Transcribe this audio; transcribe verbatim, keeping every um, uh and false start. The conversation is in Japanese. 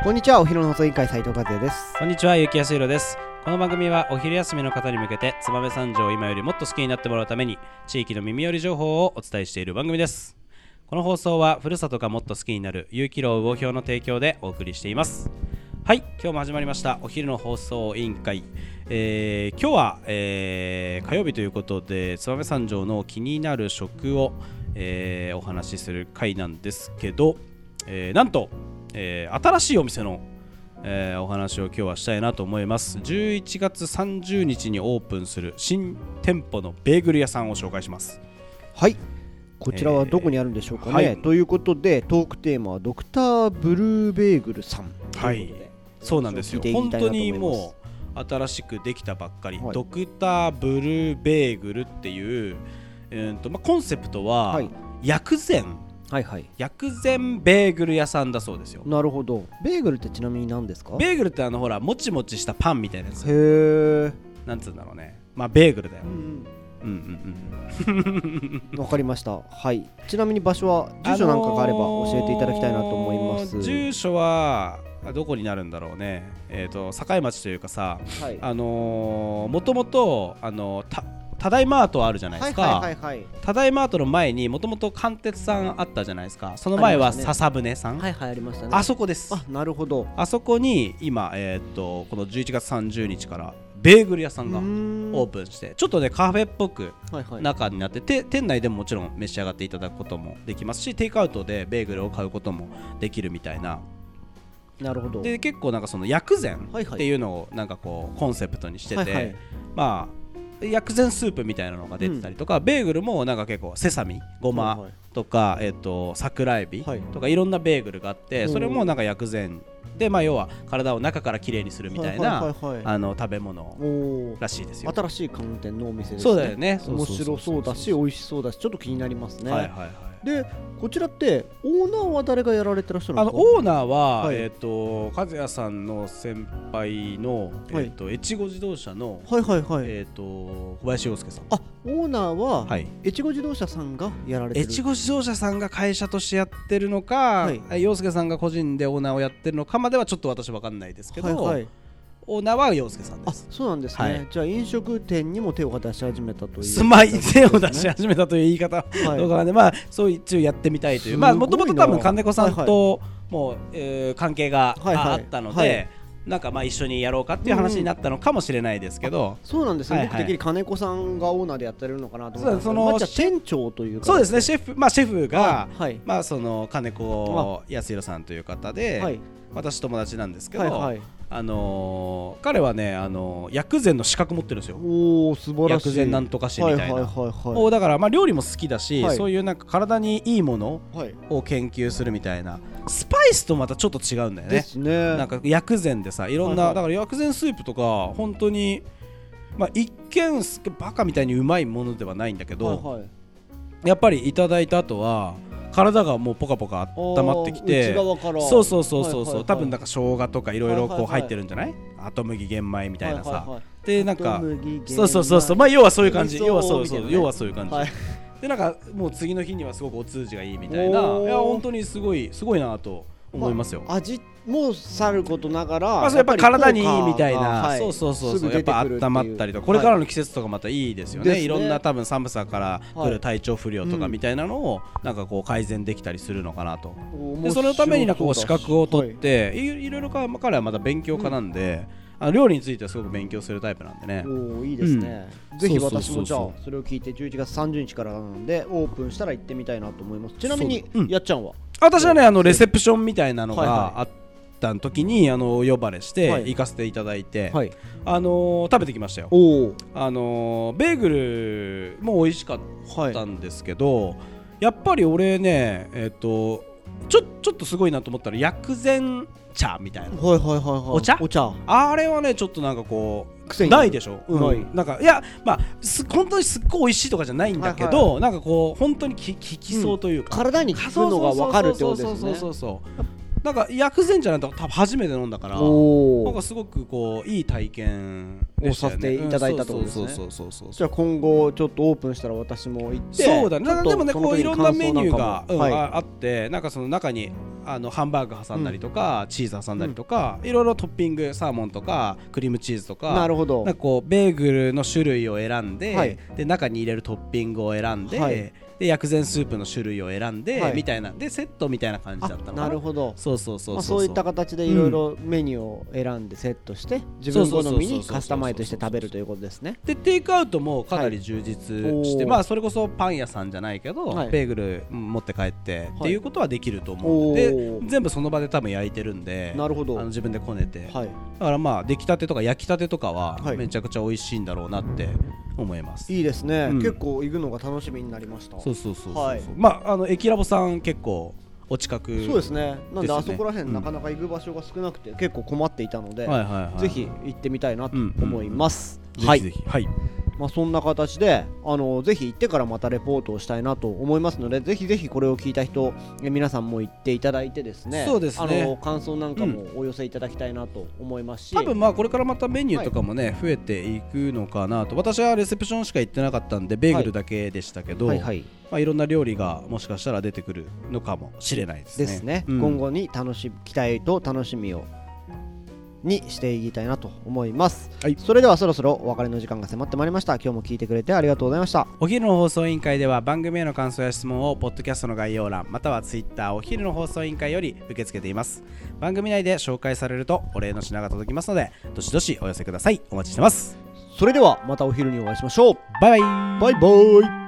こんにちは、お昼の放送委員会斉藤和也です。 こんにちは、ゆきやすひろです。この番組はお昼休みの方に向けて燕三条を今よりもっと好きになってもらうために地域の耳寄り情報をお伝えしている番組です。この放送はふるさとがもっと好きになる有機楼魚評の提供でお送りしています。はい、今日も始まりましたお昼の放送委員会、えー、今日は、えー、火曜日ということで燕三条の気になる食を、えー、お話しする回なんですけど、えー、なんと、えー、新しいお店の、えー、お話を今日はしたいなと思います。じゅういちがつさんじゅうにちにオープンする新店舗のベーグル屋さんを紹介します。 はい、こちらはどこにあるんでしょうかね、えーはい、ということでトークテーマはドクターブルーベーグルさんということで、はい、そうなんですよ。 本当にもう新しくできたばっかり、はい、ドクターブルーベーグルっていう、えーとまあ、コンセプトは、はい、薬膳、はいはい、薬膳ベーグル屋さんだそうですよ。 なるほど。ベーグルってちなみに何ですか？ ベーグルってあのほらもちもちしたパンみたいなやつ。 へー、 なんつうんだろうね。まあベーグルだよ。うんうんうんうん。わかりました。はい。ちなみに場所は住所なんかがあれば教えていただきたいなと思います。 あのー、住所はどこになるんだろうね。えっと境町というかさ、はい、あのー、もともとあのー、たただいまーとあるじゃないですか、はいはいはいはい、ただいまーとの前にもともと貫徹さんあったじゃないですか。その前は笹舟さん、 はいはいありましたね。 あそこです。 あ、なるほど。 あそこに今、えー、っとこのじゅういちがつさんじゅうにちからベーグル屋さんがオープンして、ちょっとねカフェっぽく中になってて、はいはい、店内でももちろん召し上がっていただくこともできますし、テイクアウトでベーグルを買うこともできるみたいな。 なるほど。 で結構なんかその薬膳っていうのをなんかこうコンセプトにしてて、はいはい、まあ薬膳スープみたいなのが出てたりとか、うん、ベーグルもなんか結構セサミ、ごまとか、はいはい、えー、と桜エビとかいろんなベーグルがあって、はい、それもなんか薬膳で、まあ、要は体を中からきれいにするみたいな、はいはいはいはい、あの食べ物らしいですよ。 新しい観点のお店ですね。 そうだよね。 面白そうだし美味しそうだしちょっと気になりますね。 はいはいはい。 でこちらってオーナーは誰がやられてらっしゃるんですか？ あのオーナーは、はい、えー、と和也さんの先輩の、はい、えー、と越後自動車の、はいはいはい、えー、と小林洋介さん。 あ、オーナーは、はい、越後自動車さんがやられてる。 越後自動車さんが会社としてやってるのか、はい、洋介さんが個人でオーナーをやってるのかまではちょっと私分かんないですけど、はいはい、オーナーは洋介さんです。 あ、そうなんですね、はい、じゃあ飲食店にも手を出し始めたという、 すまい手を出し始めたという言い方、はい、とかね、まあそう一応やってみたいという、まあもともと多分金子さんともう、はいはい、えー、関係があったので、はいはい、なんかまあ一緒にやろうかっていう話になったのかもしれないですけど、うん、 そうなんですね、はいはい、僕的に金子さんがオーナーでやってるのかなと思ったんですけど、まあ、じゃあ店長というか、 そうですね、シェフ、まあシェフが、はい、まあその金子康弘さんという方で、はい、私友達なんですけど、はいはい、あのー、彼はね、あのー、薬膳の資格持ってるんですよ。 おー、素晴らしい。 薬膳なんとか師みたいな、はいはいはいはい、おだからまあ料理も好きだし、はい、そういうなんか体にいいものを研究するみたいな。スパイスとまたちょっと違うんだよね。 ですね。 なんか薬膳でさ、いろんな、はいはい、だから薬膳スープとか本当にまあ一見バカみたいにうまいものではないんだけど、はいはい、やっぱりいただいた後は体がもうポカポカ温まってきて、 内側からそうそうそうそうそう、はいはいはい、多分なんか生姜とかいろいろこう入ってるんじゃない、はいはいはい、後麦玄米みたいなさ、はいはいはい、でなんかそうそうそうそう、まあ要はそういう感じ、要はそうそう、要はそういう感じ、はい、でなんかもう次の日にはすごくお通じがいいみたいな、いや本当にすごいすごいなと思いますよ。 まあ、味もさることながら、 まあ、やっぱり体にいいみたいな、はい、そうそうそうそう、やっぱ温まったりとか、これからの季節とかまたいいですよね、はい、いろんな多分寒さから来る体調不良とかみたいなのをなんかこう改善できたりするのかなと、うん、でそのためになんかこう資格を取って、はい、い, いろいろか彼はまだ勉強家なんで、うん、あ料理についてはすごく勉強するタイプなんでね。 おいいですね、うん、ぜひ私もじゃあそれを聞いてじゅういちがつさんじゅうにちからなのでオープンしたら行ってみたいなと思います。ちなみに、うん、やっちゃんは私はね、あのレセプションみたいなのがあった時に、あの呼ばれして行かせていただいて、はい、あのー、食べてきましたよ。おあのー、ベーグルも美味しかったんですけど、はい、やっぱり俺ね、えっとちょ、ちょっとすごいなと思ったら薬膳茶みたいな、はいはいはいはい、お茶お茶あれはねちょっとなんかこうないでしょ、うん、なんかいやまあ本当にすっごい美味しいとかじゃないんだけど、はいはい、なんかこう本当に効きそうというか、 うん、体に効くのが分かるってことですね。 そうそうそうそうなんか薬膳茶なんて多分初めて飲んだから、なんかすごくこういい体験をさせていただいたってことですね。そうそうそうそう。じゃあ今後ちょっとオープンしたら私も行って、 そうだね。でもねこういろんなメニューが、うん、はい、あって、なんかその中にあのハンバーグ挟んだりとか、うん、チーズ挟んだりとか、いろいろトッピングサーモンとかクリームチーズとか、 なるほど、 なんかこうベーグルの種類を選んで、はい、で中に入れるトッピングを選んで、はい、で薬膳スープの種類を選んで、はい、みたいなでセットみたいな感じだったのかな。 なるほど。 そうそうそうそう、 まあ、そういった形でいろいろメニューを選んでセットして、うん、自分好みにカスタマイズして食べるということですね。 でテイクアウトもかなり充実して、はい、まあそれこそパン屋さんじゃないけど、はい、ベーグル持って帰って、はい、っていうことはできると思うので、全部その場で多分焼いてるんで、 なるほど、 あの自分でこねて、はい、だからまあ出来たてとか焼きたてとかはめちゃくちゃ美味しいんだろうなって思います。 いいですね、うん、結構行くのが楽しみになりました。 そうそうそうそう、はい、まああの駅ラボさん結構お近くですね。 そうですね。なんであそこら辺、うん、なかなか行く場所が少なくて結構困っていたので、はいはいはい、ぜひ行ってみたいなと思います。 うんうん、はい、ぜひぜひ、はい、 まあ、そんな形であのぜひ行ってからまたレポートをしたいなと思いますので、ぜひぜひこれを聞いた人皆さんも行っていただいてですね、 そうですね、 あの感想なんかもお寄せいただきたいなと思いますし、 うん、多分まあこれからまたメニューとかもね、はい、増えていくのかなと。私はレセプションしか行ってなかったんでベーグルだけでしたけど、はいはいはい、まあ、いろんな料理がもしかしたら出てくるのかもしれないですね。 ですね、うん、今後に楽し期待と楽しみをにしていきたいなと思います、はい、それではそろそろお別れの時間が迫ってまいりました。今日も聞いてくれてありがとうございました。 お昼の放送委員会では番組への感想や質問をポッドキャストの概要欄またはツイッターお昼の放送委員会より受け付けています。番組内で紹介されるとお礼の品が届きますので、どしどしお寄せください。お待ちしてます。 それではまたお昼にお会いしましょう。 バイバイ。 バイバイ。